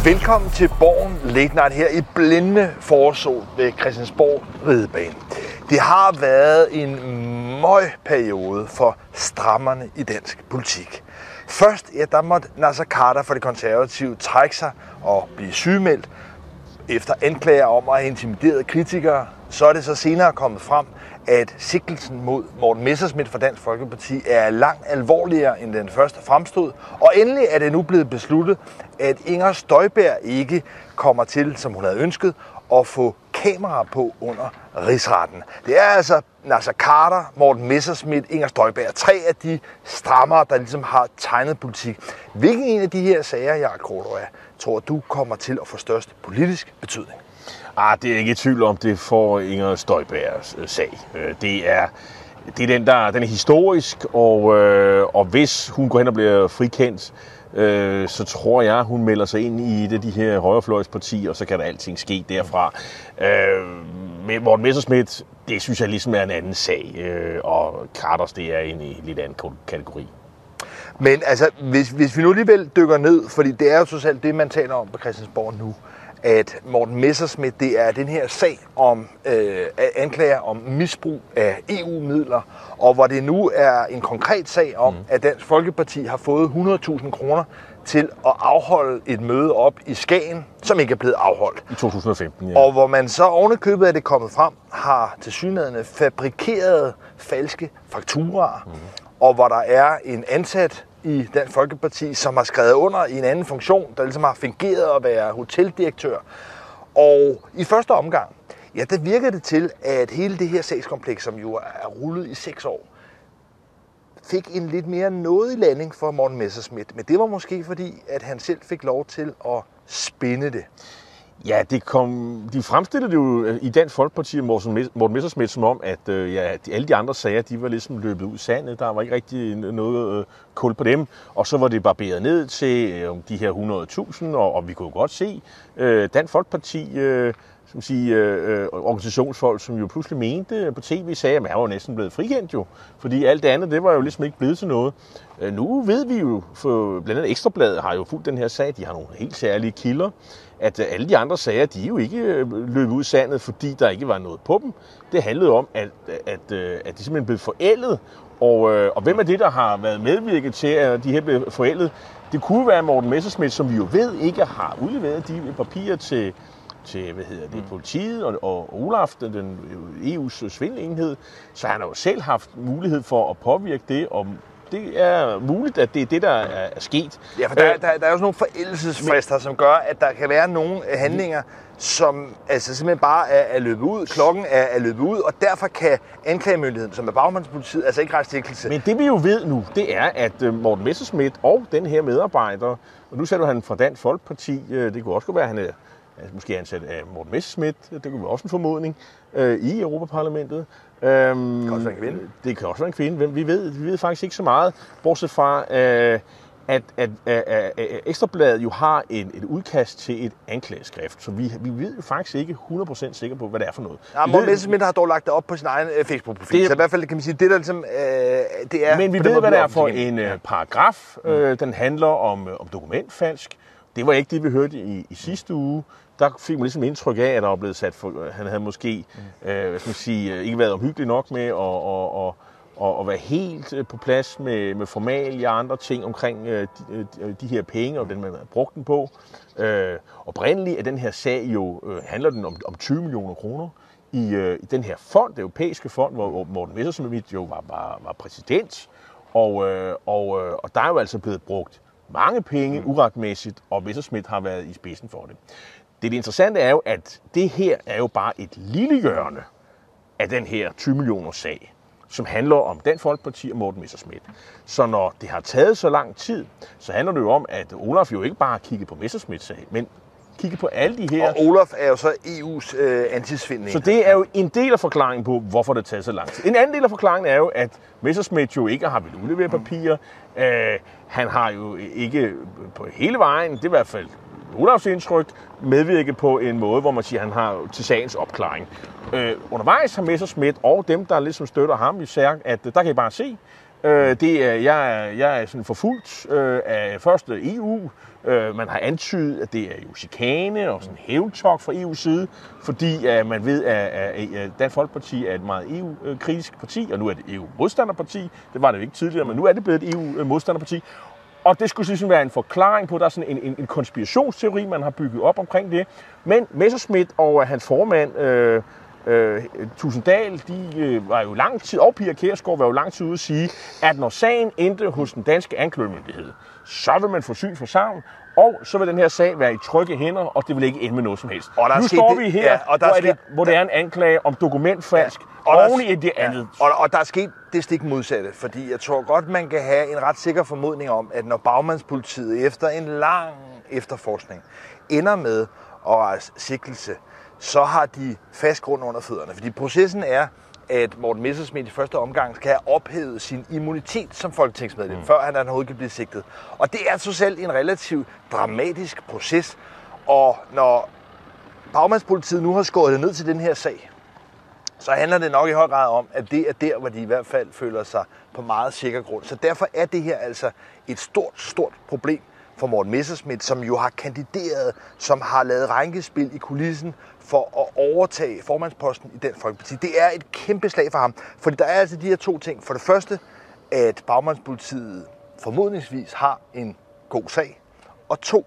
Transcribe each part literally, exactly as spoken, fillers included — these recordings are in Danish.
Velkommen til Borgen Late Night her i blændende forårssol ved Christiansborg Ridebane. Det har været en møgperiode for strammerne i dansk politik. Først ja, der måtte Naser Khader fra De Konservative trække sig og blive sygemeldt efter anklager om at have intimideret kritikere. Så er det så senere kommet frem, at sigtelsen mod Morten Messerschmidt fra Dansk Folkeparti er langt alvorligere end den første fremstod. Og endelig er det nu blevet besluttet, at Inger Støjberg ikke kommer til, som hun havde ønsket, at få kamera på under rigsretten. Det er altså Naser Khader, Morten Messerschmidt, Inger Støjberg, tre af de strammere, der ligesom har tegnet politik. Hvilken en af de her sager, Jarl Korydua, tror du kommer til at få størst politisk betydning? Ah, det er ikke i tvivl om, det får Inger Støjbergs sag. Det er, det er den, der den er historisk, og, øh, og hvis hun går hen og bliver frikendt, øh, så tror jeg, hun melder sig ind i et af de her højrefløjspartier, og så kan der alting ske derfra. Øh, med Morten Messerschmidt, det synes jeg ligesom er en anden sag, øh, og Khaders, det er en i lidt anden kategori. Men altså, hvis, hvis vi nu alligevel dykker ned, fordi det er jo trods alt det, man taler om på Christiansborg nu, at Morten Messerschmidt, det er den her sag om øh, anklager om misbrug af E U-midler, og hvor det nu er en konkret sag om, mm. at Dansk Folkeparti har fået hundrede tusind kroner til at afholde et møde op i Skagen, som ikke er blevet afholdt. I to tusind og femten, ja. Og hvor man så ovenikøbet af det kommet frem, har tilsyneladende fabrikeret falske fakturaer, mm. og hvor der er en ansat i Dansk Folkeparti, som har skrevet under i en anden funktion, der ligesom har fungeret at være hoteldirektør. Og i første omgang, ja, der virker det til, at hele det her sagskompleks, som jo er rullet i seks år, fik en lidt mere nådig landing for Morten Messerschmidt. Men det var måske fordi, at han selv fik lov til at spinde det. Ja, det kom, de fremstillede det jo i Dansk Folkeparti og Morten Messerschmidt som om, at øh, ja, de, alle de andre sager, de var ligesom løbet ud i sandet. Der var ikke rigtig noget øh, kul på dem. Og så var det barberet ned til øh, de her hundrede tusind, og, og vi kunne godt se øh, Dansk Folkeparti, øh, som sige, øh, organisationsfolk, som jo pludselig mente på tv, sagde, at han var næsten blevet frikendt jo. Fordi alt det andet, det var jo ligesom ikke blevet til noget. Øh, nu ved vi jo, for blandt andet Ekstra Bladet har jo fulgt den her sag, de har nogle helt særlige kilder, at alle de andre sager, de er jo ikke løbet ud i sandet, fordi der ikke var noget på dem. Det handlede om, at, at, at de simpelthen blev forældet. Og, og hvem er det, der har været medvirket til, at de her blev forældet? Det kunne være Morten Messerschmidt, som vi jo ved ikke har udleveret de papirer til, til hvad hedder det, politiet og, og Olaf, den E U's svindelenhed. Så han har jo selv haft mulighed for at påvirke det, og det er muligt, at det er det, der er sket. Ja, for der, der, der er jo sådan nogle forældelsesfrister, som gør, at der kan være nogle handlinger, som altså simpelthen bare er, er løbet ud. Klokken er, er løbet ud, og derfor kan anklagemyndigheden, som er bagmandspolitiet, altså ikke rejse sigtelse. Men det vi jo ved nu, det er, at Morten Messerschmidt og den her medarbejder, og nu sagde du, han fra Dansk Folkeparti, det kunne også være, at han er altså måske ansat af Morten Messerschmidt, det kunne være også en formodning, i Europaparlamentet. Øhm, det kan også være en kvinde. Det kan også være en kvinde. Vi ved, vi ved faktisk ikke så meget, bortset fra, øh, at, at, at, at, at Ekstra Bladet jo har en, et udkast til et anklageskrift, så vi, vi ved jo faktisk ikke hundrede procent sikker på, hvad det er for noget. Ja, Morten Messerschmidt har dog lagt det op på sin egen uh, Facebook-profil, det, så i hvert fald kan man sige, det der ligesom, uh, det er... Men vi ved, hvad det er for en uh, paragraf. Mm. Uh, den handler om, uh, om dokumentfalsk. Det var ikke det, vi hørte i, i sidste uge. Der fik man ligesom indtryk af, at der var blevet sat for, han havde måske mm. øh, hvad skal man sige, ikke været omhyggelig nok med at, og, og, og, og være helt på plads med, med formalia og andre ting omkring øh, de, de her penge og den, man har brugt den på. Øh, oprindeligt er den her sag jo, øh, handler den om, om tyve millioner kroner i, øh, i den her fond, den europæiske fond, hvor Morten Messerschmidt jo var, var, var præsident. Og, øh, og, og der er jo altså blevet brugt mange penge mm. uretmæssigt, og Messerschmidt har været i spidsen for det. Det, det interessante er jo, at det her er jo bare et lille hjørne af den her tyve millioner sag, som handler om Dansk Folkeparti og Morten Messerschmidt. Så når det har taget så lang tid, så handler det jo om, at Olaf jo ikke bare har kigget på Messerschmidts sag, men kigget på alle de her... Og Olaf er jo så E U's øh, antisvinding. Så det er jo en del af forklaringen på, hvorfor det tager så lang tid. En anden del af forklaringen er jo, at Messerschmidt jo ikke har villet udlevere papirer. Mm. Øh, han har jo ikke på hele vejen, det er i hvert fald Olafs indtryk, medvirket på en måde, hvor man siger, at han har til sagens opklaring. Øh, undervejs har Messerschmidt og dem, der ligesom støtter ham, især, at der kan I bare se, Øh, det er, jeg, er, jeg er sådan forfulgt øh, af første E U. Øh, man har antydet, at det er jo chikane og sådan hævntok fra E U's side, fordi øh, man ved, at, at Dansk Folkeparti er et meget E U-kritisk parti, og nu er det E U-modstanderparti. Det var det jo ikke tidligere, men nu er det blevet et E U-modstanderparti. Og det skulle ligesom være en forklaring på, at der er sådan en, en, en konspirationsteori, man har bygget op omkring det. Men Messerschmidt og hans formand, øh, øh, Tusinddal, de øh, var jo lang tid, og Pia Kjærsgaard var jo lang tid ude at sige, at når sagen endte hos den danske anklagemyndighed, så vil man få syn for savn, og så vil den her sag være i trygge hænder, og det vil ikke ende med noget som helst. Nu står vi her, ja, og der hvor, sket, det, hvor det er en anklage om dokumentfalsk, ja, oven i det andet. Ja, og, og der er sket det stik modsatte, fordi jeg tror godt, man kan have en ret sikker formodning om, at når bagmandspolitiet efter en lang efterforskning ender med at rejse sigtelse, så har de fast grund under fødderne. Fordi processen er, at Morten Messerschmidt i første omgang skal have ophævet sin immunitet som folketingsmedlem, mm. før han overhovedet kan blive sigtet. Og det er så selv en relativt dramatisk proces. Og når bagmandspolitiet nu har skåret det ned til den her sag, så handler det nok i høj grad om, at det er der, hvor de i hvert fald føler sig på meget sikker grund. Så derfor er det her altså et stort, stort problem for Morten Messerschmidt, som jo har kandideret, som har lavet rænkespil i kulissen for at overtage formandsposten i Dansk Folkeparti. Det er et kæmpe slag for ham, fordi der er altså de her to ting. For det første, at bagmandspolitiet formodningsvis har en god sag, og to,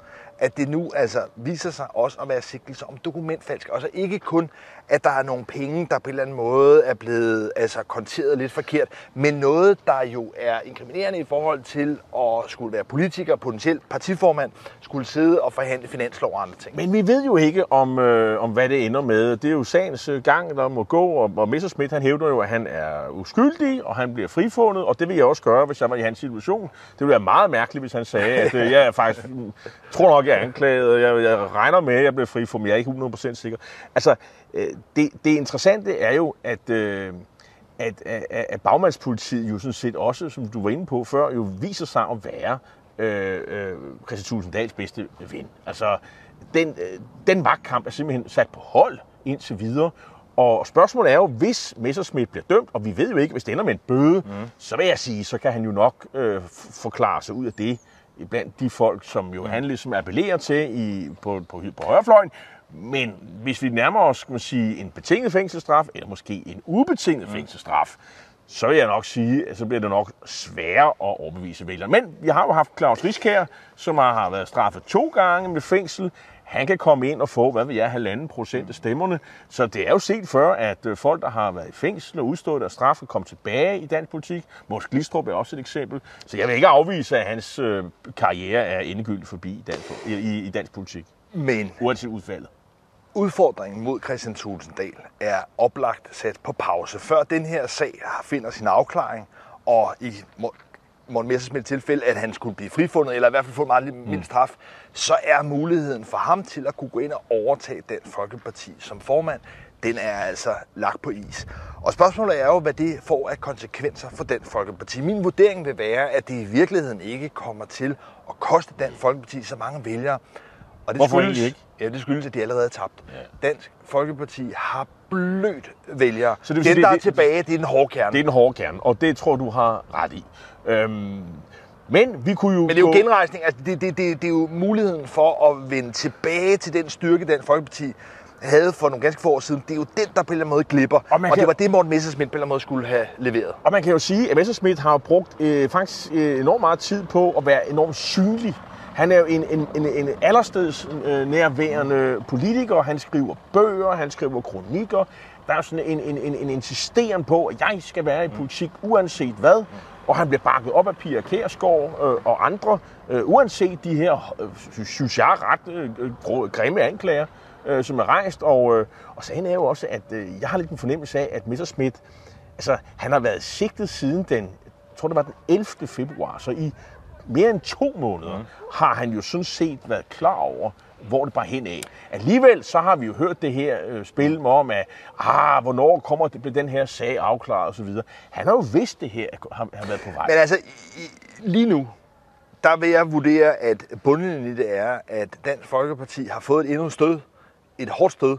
at det nu altså viser sig også at være sigtelse om dokumentfalsk. Altså ikke kun, at der er nogle penge, der på en eller anden måde er blevet altså, konteret lidt forkert, men noget, der jo er inkriminerende i forhold til at skulle være politiker, potentielt partiformand, skulle sidde og forhandle finanslov og andre ting. Men vi ved jo ikke, om, øh, om hvad det ender med. Det er jo sagens gang, der må gå, og, og Messerschmidt, han hævder jo, at han er uskyldig, og han bliver frifundet, og det vil jeg også gøre, hvis jeg var i hans situation. Det ville være meget mærkeligt, hvis han sagde, at øh, jeg er faktisk, tror nok, jeg er anklaget, jeg, jeg regner med, at jeg bliver frifundet, men jeg er ikke hundrede procent sikker. Altså, Det, det interessante er jo, at, øh, at, at, at bagmandspolitiet jo sådan set også, som du var inde på før, jo viser sig at være øh, øh, Kristian Tusinddals bedste ven. Altså, den, øh, den magtkamp er simpelthen sat på hold indtil videre. Og spørgsmålet er jo, hvis Messerschmidt bliver dømt, og vi ved jo ikke, hvis det ender med en bøde, mm. så vil jeg sige, så kan han jo nok øh, forklare sig ud af det blandt de folk, som jo mm. han ligesom appellerer til i, på, på, på højrefløjen. Men hvis vi nærmer os, skal man sige, en betinget fængselsstraf, eller måske en ubetinget mm. fængselsstraf, så vil jeg nok sige, at så bliver det nok sværere at overbevise vælgerne. Men vi har jo haft Claus Riskær, som har været straffet to gange med fængsel. Han kan komme ind og få, hvad ved jeg, halvanden procent af stemmerne. Så det er jo set før, at folk, der har været i fængsel og udstået deres straf, kan komme tilbage i dansk politik. Mogens Glistrup er også et eksempel. Så jeg vil ikke afvise, at hans øh, karriere er endegyldigt forbi i dansk, i, i dansk politik. Men uanset udfaldet. Udfordringen mod Kristian Tusinddal er oplagt sat på pause, før den her sag finder sin afklaring, og i Morten Messerschmidts tilfælde, at han skulle blive frifundet, eller i hvert fald få en meget mild straf, så er muligheden for ham til at kunne gå ind og overtage Dansk Folkeparti som formand, den er altså lagt på is. Og spørgsmålet er jo, hvad det får af konsekvenser for Dansk Folkeparti. Min vurdering vil være, at det i virkeligheden ikke kommer til at koste Dansk Folkeparti så mange vælgere. Og det Hvorfor skyldes, ikke? Ja, det skyldes, at de allerede er tabt. Ja. Dansk Folkeparti har blødt vælgere. Så det den, sige, der det, er tilbage, det er den hårde kerne. Det er den hårde kerne, og det tror du har ret i. Øhm, men vi kunne jo... Men det er jo genrejsning. Altså, det, det, det, det er jo muligheden for at vende tilbage til den styrke, Dansk Folkeparti havde for nogle ganske få år siden. Det er jo den, der på en eller anden måde glipper. Og, og det var det, Morten Messerschmidt på en eller anden måde skulle have leveret. Og man kan jo sige, at Messerschmidt har brugt øh, faktisk øh, enormt meget tid på at være enormt synlig. Han er jo en, en, en, en allersteds øh, nærværende politiker. Han skriver bøger, han skriver kronikker. Der er sådan en, en, en, en insisteren på, at jeg skal være i politik uanset hvad. Og han bliver bakket op af Pia Kjærsgaard øh, og andre, øh, uanset de her, øh, synes jeg, ret øh, grimme anklager, øh, som er rejst. Og, øh, og sagen er jo også, at øh, jeg har lidt en fornemmelse af, at Messerschmidt, altså han har været sigtet siden den, jeg tror det var den ellevte februar, så i mere end to måneder mm. har han jo sådan set været klar over, hvor det bare hen af. Alligevel så har vi jo hørt det her øh, spil med om, at ah, hvornår kommer det, den her sag afklaret osv. Han har jo vidst det her, at han har været på vej. Men altså, i, lige nu, der vil jeg vurdere, at bundlinjen i det er, at Dansk Folkeparti har fået et endnu stød, et hårdt stød,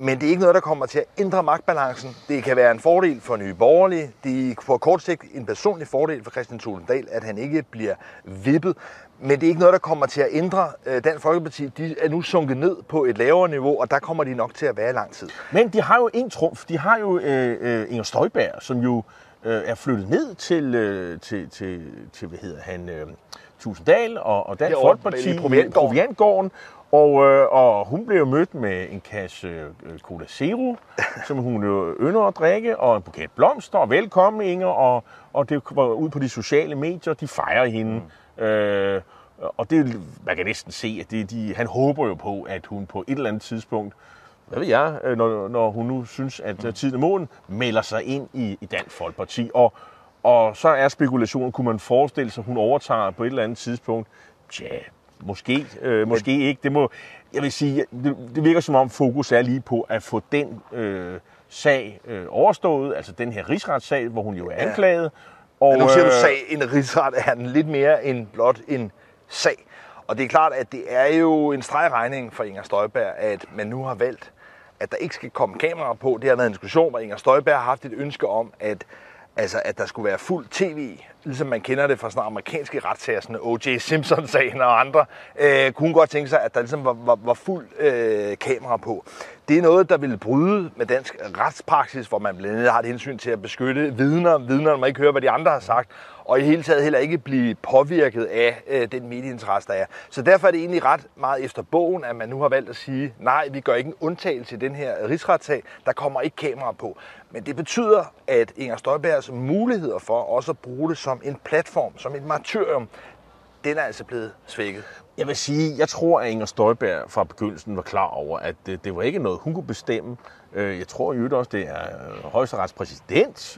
Men det er ikke noget, der kommer til at ændre magtbalancen. Det kan være en fordel for Nye Borgerlige. Det er på kort sigt en personlig fordel for Kristian Thulesen Dahl, at han ikke bliver vippet. Men det er ikke noget, der kommer til at ændre. Dansk Folkeparti de er nu sunket ned på et lavere niveau, og der kommer de nok til at være i lang tid. Men de har jo en trumf. De har jo øh, øh, Inger Støjberg, som jo øh, er flyttet ned til, øh, til, til, til hvad hedder han, øh, Thulesen Dahl og, og Dansk Folkeparti i Proviantgården. Og, øh, og hun blev mødt med en kasse øh, Cola Zero, som hun jo ynder at drikke, og en buket blomster, og velkommen Inger, og, og det var ud på de sociale medier, de fejrer hende. Mm. Øh, og det, man kan næsten se, at det, de, han håber jo på, at hun på et eller andet tidspunkt, hvad ved jeg, når, når hun nu synes, at mm. tiden er moden, melder sig ind i, i Dansk Folkeparti. Og, og så er spekulationen, kunne man forestille sig, at hun overtager på et eller andet tidspunkt, tja, Måske, øh, måske ikke. Det må, jeg vil sige, det, det virker som om fokus er lige på at få den øh, sag øh, overstået, altså den her rigsretssag, hvor hun jo er anklaget. Ja. Og, Men nu siger du sag, en rigsret er den lidt mere end blot en sag. Og det er klart, at det er jo en stregregning for Inger Støjberg, at man nu har valgt, at der ikke skal komme kameraer på. Det har været en diskussion, hvor Inger Støjberg har haft et ønske om, at Altså, at der skulle være fuld tv, ligesom man kender det fra sådan amerikanske retssager, sådan O J Simpson-sagen og andre, øh, kunne godt tænke sig, at der ligesom var, var, var fuld øh, kamera på. Det er noget, der ville bryde med dansk retspraksis, hvor man blandt andet har et hensyn til at beskytte vidner. Vidnerne må ikke høre, hvad de andre har sagt, og i hele taget heller ikke blive påvirket af øh, den medieinteresse, der er. Så derfor er det egentlig ret meget efter bogen, at man nu har valgt at sige, nej, vi gør ikke en undtagelse i den her rigsretssag, der kommer ikke kamera på. Men det betyder, at Inger Støjbergs muligheder for også at bruge det som en platform, som et martyrium, den er altså blevet svækket. Jeg vil sige, jeg tror, at Inger Støjberg fra begyndelsen var klar over, at det, det var ikke noget, hun kunne bestemme. Jeg tror jo også, det er højesteretspræsident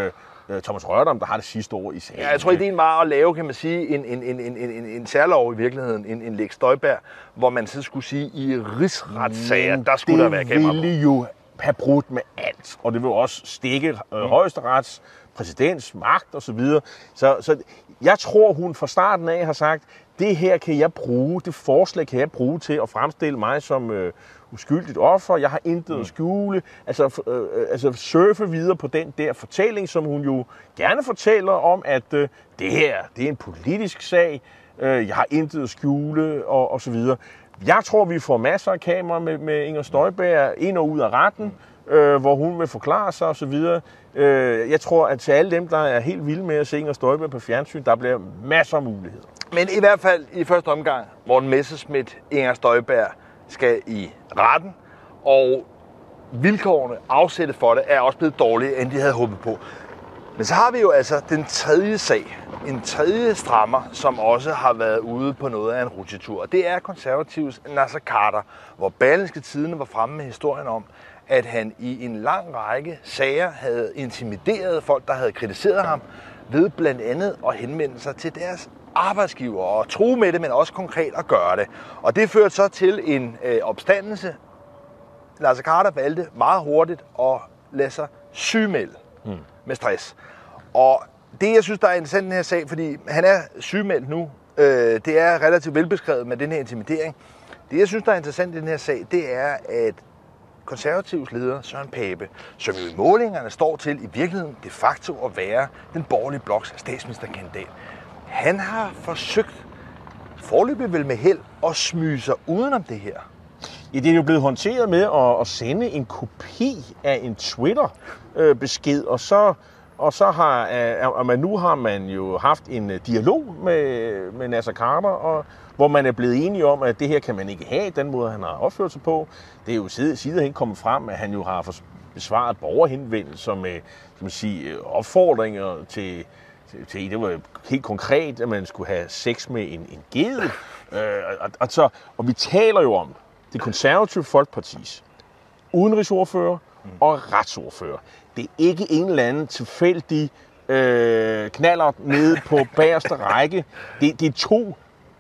Thomas Rørdam, der har det sidste ord i sagen. Ja, jeg tror, ideen var at lave, kan man sige, en, en, en, en, en, en særlov i virkeligheden, en, en Lex Støjberg, hvor man så skulle sige, i rigsretssager, der skulle der være kamera på. Det ville jo have brudt med alt, og det vil også stikke øh, højesterets, præsidents magt osv. Så, så, så jeg tror, hun fra starten af har sagt, det her kan jeg bruge, det forslag kan jeg bruge til at fremstille mig som øh, uskyldigt offer. Jeg har intet mm. at skjule. Altså, øh, altså surfe videre på den der fortælling, som hun jo gerne fortæller om, at øh, det her, det er en politisk sag. Øh, jeg har intet at skjule og, og så videre. Jeg tror, vi får masser af kameraer med, med Inger Støjberg ind og ud af retten, øh, hvor hun vil forklare sig osv. Øh, jeg tror, at til alle dem, der er helt vilde med at se Inger Støjberg på fjernsyn, der bliver masser af muligheder. Men i hvert fald i første omgang, Morten Messerschmidt, Inger Støjberg skal i retten, og vilkårene afsættet for det er også blevet dårligere, end de havde håbet på. Men så har vi jo altså den tredje sag, en tredje strammer, som også har været ude på noget af en rutsjetur. Det er Konservatives Naser Khader, hvor Berlingske Tidende var fremme med historien om, at han i en lang række sager havde intimideret folk, der havde kritiseret ham, ved blandt andet at henvende sig til deres arbejdsgiver og true med det, men også konkret at gøre det. Og det førte så til en øh, opstandelse. Naser Khader valgte meget hurtigt at lade sig sygemelde hmm. med stress. Og det, jeg synes, der er interessant i den her sag, fordi han er sygemeldt nu, øh, det er relativt velbeskrevet med den her intimidering. Det, jeg synes, der er interessant i den her sag, det er, at Konservativs leder, Søren Pape, som jo i målingerne står til i virkeligheden de facto at være den borgerlige bloks statsministerkandidat, han har forsøgt, foreløbig vel med held, at smyge sig udenom det her. Ja, det er jo blevet håndteret med at, at sende en kopi af en Twitter-besked, og så, og så har og man, nu har man jo haft en dialog med, med Naser Khader, og hvor man er blevet enige om, at det her kan man ikke have, den måde, han har opført sig på. Det er jo sidenhen kommet frem, at han jo har besvaret borgerhenvendelser med, kan man sige, opfordringer til, til, til, det var helt konkret, at man skulle have sex med en, en ged. Øh, og, og, så, og vi taler jo om det Konservative Folkepartis udenrigsordfører og retsordfører. Det er ikke en eller anden tilfældig øh, knaller nede på bagerste række. Det, det er to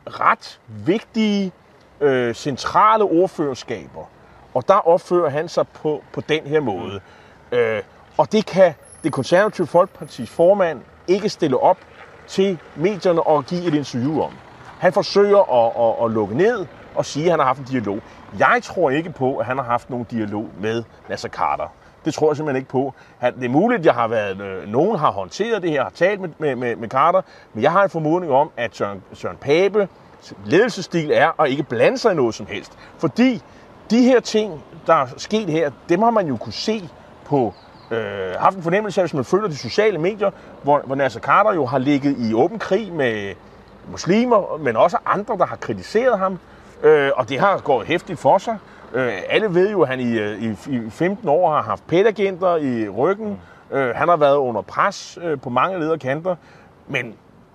ret vigtige, øh, centrale ordførerskaber. Og der opfører han sig på, på den her måde. Øh, og det kan det Konservative Folkepartis formand ikke stille op til medierne og give et interview om. Han forsøger at, at, at lukke ned og sige, at han har haft en dialog. Jeg tror ikke på, at han har haft nogen dialog med Naser Khader. Det tror jeg simpelthen ikke på. Det er muligt, at jeg har været, øh, nogen har håndteret det her, har talt med, med, med, med Khader, men jeg har en formodning om, at Søren, Søren Pape ledelsesstil er at ikke blande sig i noget som helst. Fordi de her ting, der er sket her, dem har man jo kunne se på, øh, haft en fornemmelse af, hvis man følger de sociale medier, hvor, hvor Naser Khader jo har ligget i åben krig med muslimer, men også andre, der har kritiseret ham, øh, og det har gået hæftigt for sig. Øh, alle ved jo, at han i, i, i femten år har haft petagenter i ryggen. Mm. Øh, han har været under pres øh, på mange lederkanter, men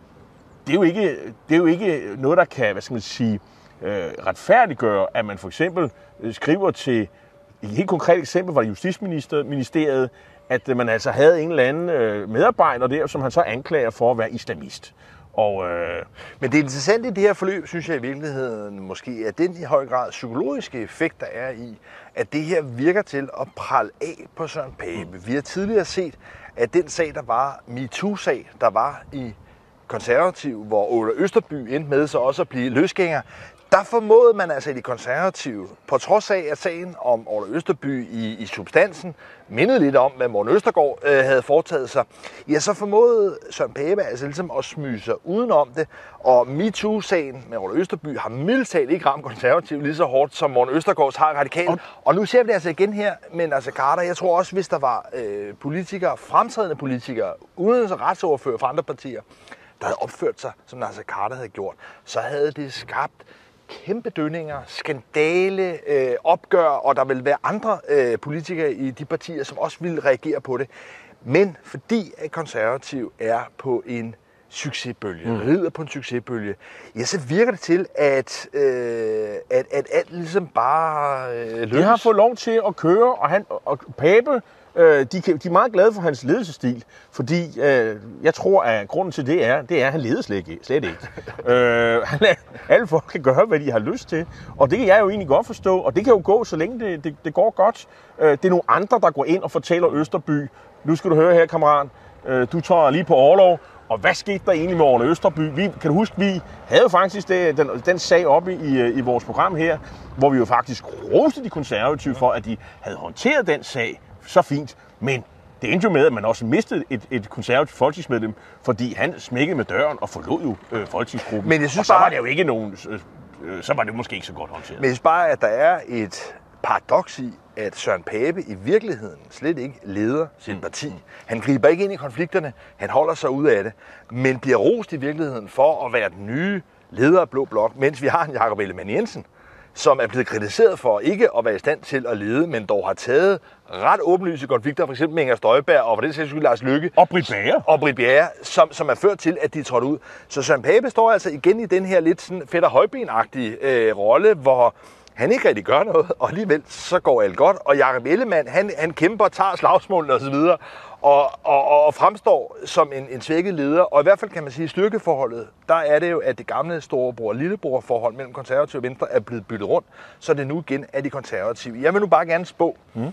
det er jo ikke, det er jo ikke noget, der kan, hvad skal man sige, øh, retfærdiggøre, at man for eksempel skriver til, et helt konkret eksempel var Justitsministeriet, at man altså havde en eller anden øh, medarbejder der, som han så anklager for at være islamist. Og, øh... Men det interessante i det her forløb, synes jeg i virkeligheden måske, er den i høj grad psykologiske effekt, der er i, at det her virker til at prale af på Søren Pape. Mm. Vi har tidligere set, at den sag, der var, MeToo-sag, der var i Konservative, hvor Ole Østerby endte med så også at blive løsgænger, der formåede man altså i de konservative, på trods af at sagen om Ole Østerby i, i substansen mindede lidt om, hvad Morten Østergaard øh, havde foretaget sig, ja, så formåede Søren Pape altså ligesom at smyge sig udenom det, og MeToo-sagen med Ole Østerby har mildt talt ikke ramt konservative lige så hårdt, som Morten Østergaards har radikalt. Og, og nu ser vi det altså igen her med Naser Khader. Jeg tror også, hvis der var øh, politikere, fremtrædende politikere, uden retsordfører fra andre partier, der havde opført sig, som Naser Khader havde gjort, så havde det skabt kæmpe dønninger, skandale, øh, opgør, og der vil være andre øh, politikere i de partier, som også vil reagere på det. Men fordi at konservativ er på en succesbølge, mm. rider på en succesbølge, ja, så virker det til, at, øh, at, at alt ligesom bare øh, lykkes. De har fået lov til at køre, og, han, og Pape, øh, de, de er meget glade for hans ledelsesstil, fordi øh, jeg tror, at grunden til det er, det er, at han leder slet ikke. Slet ikke. øh, han er, alle folk kan gøre, hvad de har lyst til, og det kan jeg jo egentlig godt forstå, og det kan jo gå, så længe det, det, det går godt. Øh, det er nogle andre, der går ind og fortæller Østerby, nu skal du høre her, kammerat, øh, du tager lige på orlov. Og hvad skete der egentlig med Ole Østerby? Vi, kan du huske, vi havde jo faktisk det, den, den sag oppe i, i vores program her, hvor vi jo faktisk roste de konservative for, at de havde håndteret den sag så fint. Men det endte jo med, at man også mistede et, et konservativt folketingsmedlem, fordi han smækkede med døren og forlod jo øh, folketingsgruppen. Men jeg synes og så bare, var det jo ikke nogen, øh, øh, så var det måske ikke så godt håndteret. Men jeg synes bare, at der er et paradoks i, at Søren Pape i virkeligheden slet ikke leder sit parti. Han griber ikke ind i konflikterne, han holder sig ud af det, men bliver rost i virkeligheden for at være den nye leder af Blå Blok, mens vi har en Jakob Ellemann-Jensen, som er blevet kritiseret for ikke at være i stand til at lede, men dog har taget ret åbenlyse konflikter, f.eks. med Inger Støjberg og for det sags skyld Lars Løkke. Og Britt Bager. Og Britt Bager, som, som er ført til, at de er trådt ud. Så Søren Pape står altså igen i den her lidt sådan Fætter Højben-agtige øh, rolle, hvor han ikke rigtig gør noget, og alligevel så går alt godt. Og Jakob Ellemann, han, han kæmper, tager slagsmålene osv., og, og, og fremstår som en, en svækket leder. Og i hvert fald kan man sige, at styrkeforholdet, der er det jo, at det gamle storebror-lillebror-forhold mellem konservative og venstre er blevet byttet rundt, så det nu igen er de konservative. Jeg vil nu bare gerne spå, mm.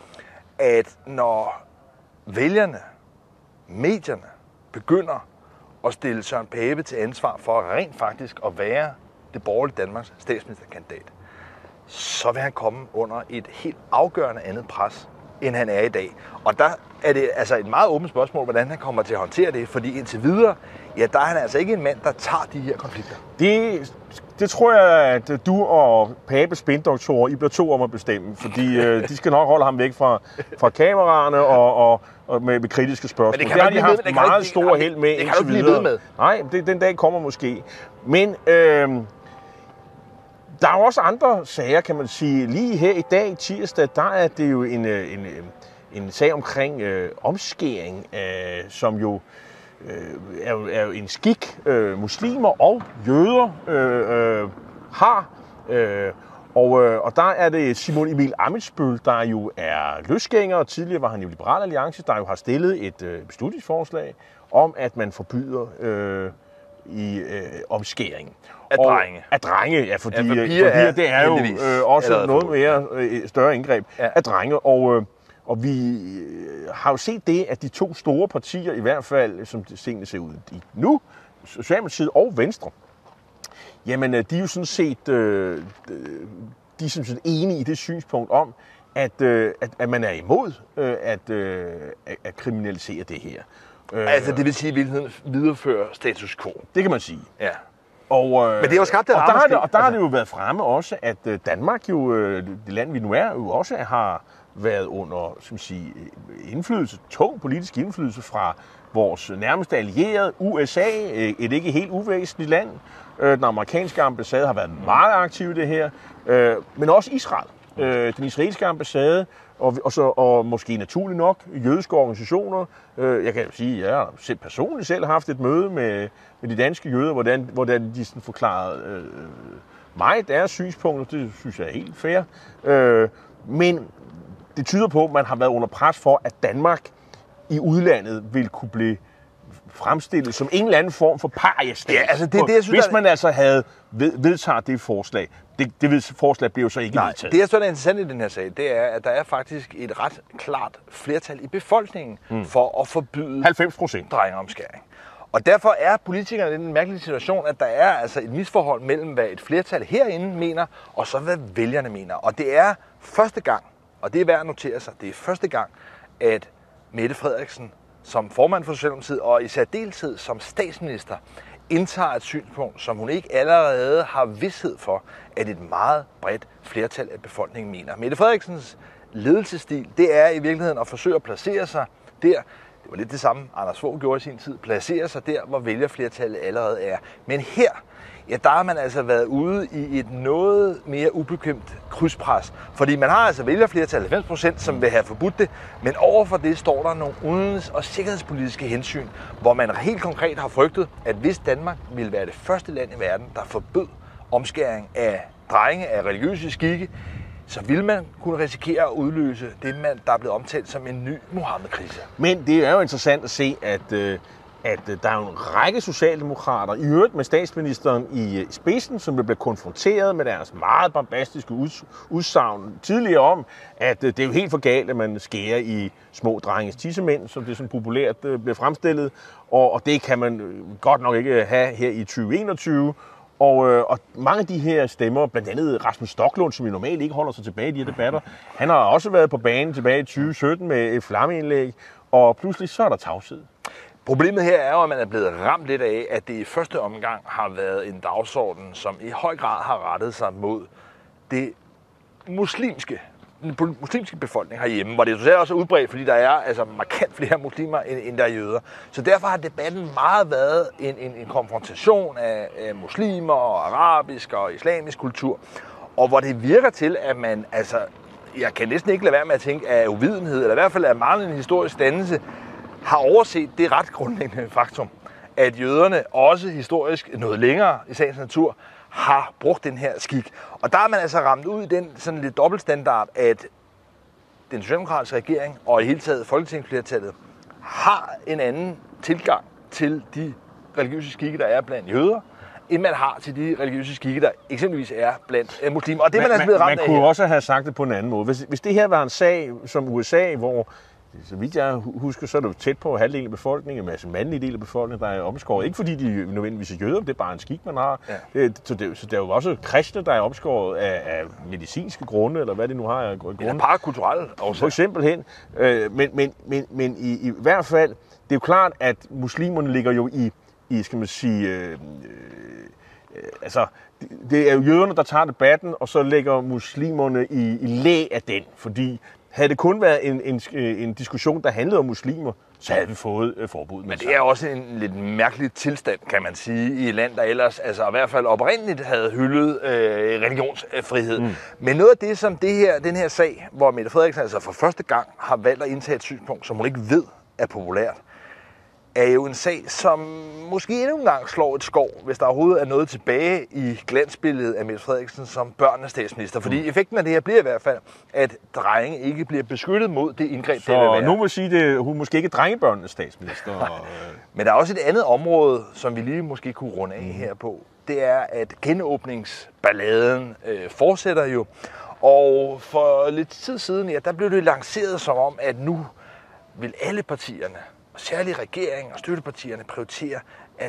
at når vælgerne, medierne, begynder at stille Søren Pape til ansvar for rent faktisk at være det borgerlige Danmarks statsministerkandidat, så vil han komme under et helt afgørende andet pres, end han er i dag. Og der er det altså et meget åbent spørgsmål, hvordan han kommer til at håndtere det, fordi indtil videre, ja, der er han altså ikke en mand, der tager de her konflikter. Det, det tror jeg, at du og Papes spindoktorer, I bliver to om at bestemme, fordi øh, de skal nok holde ham væk fra, fra kameraerne og, og, og med, med kritiske spørgsmål. Men det, det har de haft med, meget stor held med indtil videre. Det kan du blive ved med. Nej, det, den dag kommer måske. Men øh, der er jo også andre sager, kan man sige. Lige her i dag, tirsdag, der er det jo en, en, en sag omkring øh, omskæring, øh, som jo øh, er, jo, er jo en skik, øh, muslimer og jøder øh, øh, har. Øh, og, øh, og der er det Simon Emil Ammitzbøll, der jo er løsgænger, og tidligere var han jo Liberal Alliance, der jo har stillet et øh, beslutningsforslag om, at man forbyder øh, i øh, omskæring. Af drenge. Af drenge, ja, fordi ja, for piger, piger, er, det er jo øh, også noget mere øh, større indgreb ja. af drenge. Og, øh, og vi har jo set det, at de to store partier, i hvert fald, som tingene ser ud i nu, Socialdemokratiet og Venstre, Jamen, de er jo sådan set, øh, de er sådan set enige i det synspunkt om, at, øh, at, at man er imod øh, at, øh, at kriminalisere det her. Altså, det vil sige, at virkeligheden viderefører status quo. Det kan man sige. Ja. Og, øh, Men det er jo skabt det og der, har det, og der altså. har det jo været fremme også, at øh, Danmark jo, øh, det land vi nu er, jo også har været under, som sige, indflydelse, tung politisk indflydelse fra vores nærmeste allierede, U S A, øh, et ikke helt uvæsentligt land. Øh, den amerikanske ambassade har været meget aktiv i det her, øh, men også Israel. Øh, den israelske ambassade, og, og, så, og måske naturligt nok jødiske organisationer. Øh, jeg kan jo sige, at jeg har selv personligt selv haft et møde med, med de danske jøder, hvordan, hvordan de sådan forklarede øh, mig deres synspunkter. Det synes jeg er helt fair. Øh, men det tyder på, at man har været under pres for, at Danmark i udlandet vil kunne blive fremstillet som en eller anden form for pariastat. Ja, altså det, det, jeg synes, hvis man altså havde ved, vedtaget det forslag. Det, det forslag bliver jo så ikke Nej, vedtaget. Det, jeg synes er interessant i den her sag, det er, at der er faktisk et ret klart flertal i befolkningen mm. for at forbyde halvfems procent drengeomskæring. Og derfor er politikerne i den mærkelige situation, at der er altså et misforhold mellem, hvad et flertal herinde mener, og så hvad vælgerne mener. Og det er første gang, og det er værd at notere sig, det er første gang, at Mette Frederiksen som formand for Socialdemokratiet og i særdeleshed som statsminister indtager et synspunkt, som hun ikke allerede har vished for, at et meget bredt flertal af befolkningen mener. Mette Frederiksens ledelsesstil, det er i virkeligheden at forsøge at placere sig der, det var lidt det samme, Anders Fogh gjorde i sin tid, placere sig der, hvor vælgerflertallet allerede er. Men her, ja, der har man altså været ude i et noget mere ubekvemt krydspres. Fordi man har altså vælgerflertallet halvfems procent, som vil have forbudt det, men overfor det står der nogle udenrigs- og sikkerhedspolitiske hensyn, hvor man helt konkret har frygtet, at hvis Danmark ville være det første land i verden, der forbød omskæring af drenge af religiøse skikke, så vil man kunne risikere at udløse det, man, der er blevet omtalt som en ny Muhammed-krise. Men det er jo interessant at se, at, at der er en række socialdemokrater, i øvrigt med statsministeren i spidsen, som bliver konfronteret med deres meget bombastiske udsagn tidligere om, at det er jo helt for galt, at man skærer i små drenges tissemænd, som det sådan populært bliver fremstillet, og, og det kan man godt nok ikke have her i tyve enogtyve. Og, øh, og mange af de her stemmer, blandt andet Rasmus Stoklund, som jo normalt ikke holder sig tilbage i de her debatter, han har også været på banen tilbage i tyve sytten med et flammeindlæg, og pludselig så er der tavshed. Problemet her er jo, at man er blevet ramt lidt af, at det i første omgang har været en dagsorden, som i høj grad har rettet sig mod det muslimske den muslimske befolkning herhjemme, hvor det socialt også er udbredt, fordi der er altså markant flere muslimer, end, end der er jøder. Så derfor har debatten meget været en, en, en konfrontation af, af muslimer og arabisk og islamisk kultur, og hvor det virker til, at man, altså, jeg kan næsten ikke lade være med at tænke, af uvidenhed, eller i hvert fald af manglende historisk dannelse, har overset det ret grundlæggende faktum, at jøderne også historisk noget længere i sagens natur har brugt den her skik. Og der er man altså ramt ud i den sådan lidt dobbeltstandard, at den socialdemokratiske regering og i hele taget folketingsflertallet har en anden tilgang til de religiøse skikke, der er blandt jøder, end man har til de religiøse skikke, der eksempelvis er blandt øh, muslimer. Og det er man, man altså blevet ramt man af. Man kunne her. også have sagt det på en anden måde. Hvis, hvis det her var en sag som U S A, hvor, så vidt jeg husker, så er det jo tæt på halvdelen af befolkningen, en masse mandlige del af befolkningen, der er omskåret. Ikke fordi de nødvendigvis er jøder, det er bare en skik, man har. Ja. Det, så, det, så der er jo også kristne, der er omskåret af, af medicinske grunde, eller hvad det nu har af grunde. Ja, parakulturelle årsager. For eksempel hen. Øh, men men, men, men i, i hvert fald, det er jo klart, at muslimerne ligger jo i, i skal man sige, øh, øh, altså, det er jo jøderne, der tager debatten, og så lægger muslimerne i, i læ af den, fordi havde det kun været en, en, en diskussion, der handlede om muslimer, så havde vi fået øh, forbud. Men det er også en lidt mærkelig tilstand, kan man sige, i et land, der ellers altså i hvert fald oprindeligt havde hyldet øh, religionsfrihed. Mm. Men noget af det, som det her, den her sag, hvor Mette Frederiksen altså for første gang har valgt at indtage et synspunkt, som hun ikke ved er populært, er jo en sag, som måske endnu en gang slår et skov, hvis der overhovedet er noget tilbage i glansbilledet af Mette Frederiksen som børnenes statsminister. Fordi effekten af det her bliver i hvert fald, at drenge ikke bliver beskyttet mod det indgreb, så det vil være. Så nu må sige, at hun måske ikke er drengebørnenes statsminister. Og, øh... Men der er også et andet område, som vi lige måske kunne runde af her på. Det er, at genåbningsballaden øh, fortsætter jo. Og for lidt tid siden, ja, der blev det lanceret som om, at nu vil alle partierne, og særligt regeringen og støttepartierne, prioritere, at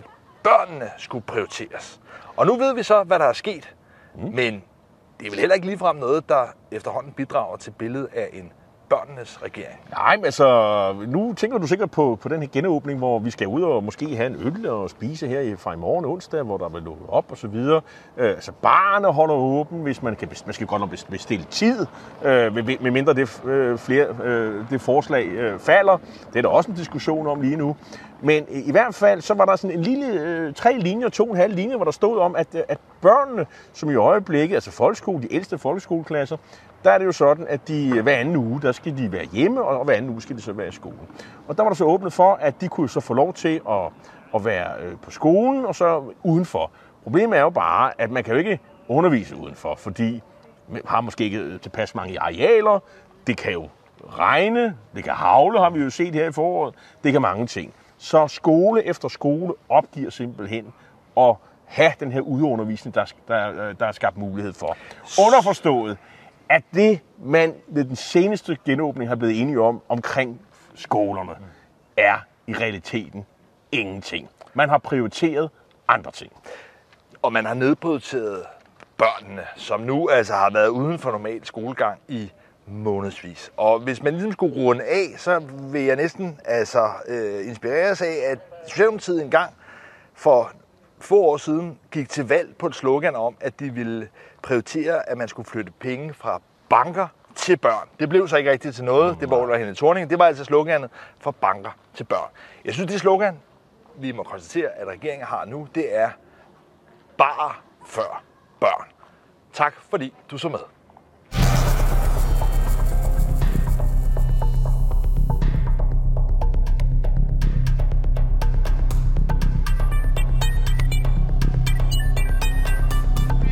børnene skulle prioriteres. Og nu ved vi så, hvad der er sket. Mm. Men det er vel heller ikke ligefrem noget, der efterhånden bidrager til billedet af en børnenes regering. Nej, men altså, nu tænker du sikkert på, på den her genåbning, hvor vi skal ud og måske have en øl og spise her fra i morgen onsdag, hvor der vil lukke op og så videre. Øh, altså, barne holder åben, hvis man kan, man skal godt nok bestille tid, øh, med, med mindre det, øh, flere, øh, det forslag øh, falder. Det er der også en diskussion om lige nu. Men i hvert fald, så var der sådan en lille, øh, tre linjer, to og en halv linje, hvor der stod om, at, at børnene, som i øjeblikket, altså folkeskole, de ældste folkeskoleklasser, der er det jo sådan, at de hver anden uge, der skal de være hjemme, og hver anden uge skal de så være i skolen. Og der var der så åbnet for, at de kunne så få lov til at, at være på skolen, og så udenfor. Problemet er jo bare, at man kan jo ikke undervise udenfor, fordi man har måske ikke tilpas mange arealer, det kan jo regne, det kan hagle, har vi jo set her i foråret, det kan mange ting. Så skole efter skole opgiver simpelthen at have den her udundervisning, der, der, der er skabt mulighed for. Underforstået, at det, man ved den seneste genåbning har blevet enige om omkring skolerne, er i realiteten ingenting. Man har prioriteret andre ting. Og man har nedprioriteret børnene, som nu altså har været uden for normal skolegang i månedsvis. Og hvis man ligesom skulle runde af, så vil jeg næsten altså øh, inspireres af, at Socialdemokratiet engang for få år siden gik til valg på et slogan om, at de ville prioritere, at man skulle flytte penge fra banker til børn. Det blev så ikke rigtigt til noget. Det var under Helle Thorning. Det var altså sloganet fra banker til børn. Jeg synes, det slogan, vi må konstatere, at regeringen har nu, det er bare før børn. Tak fordi du så med.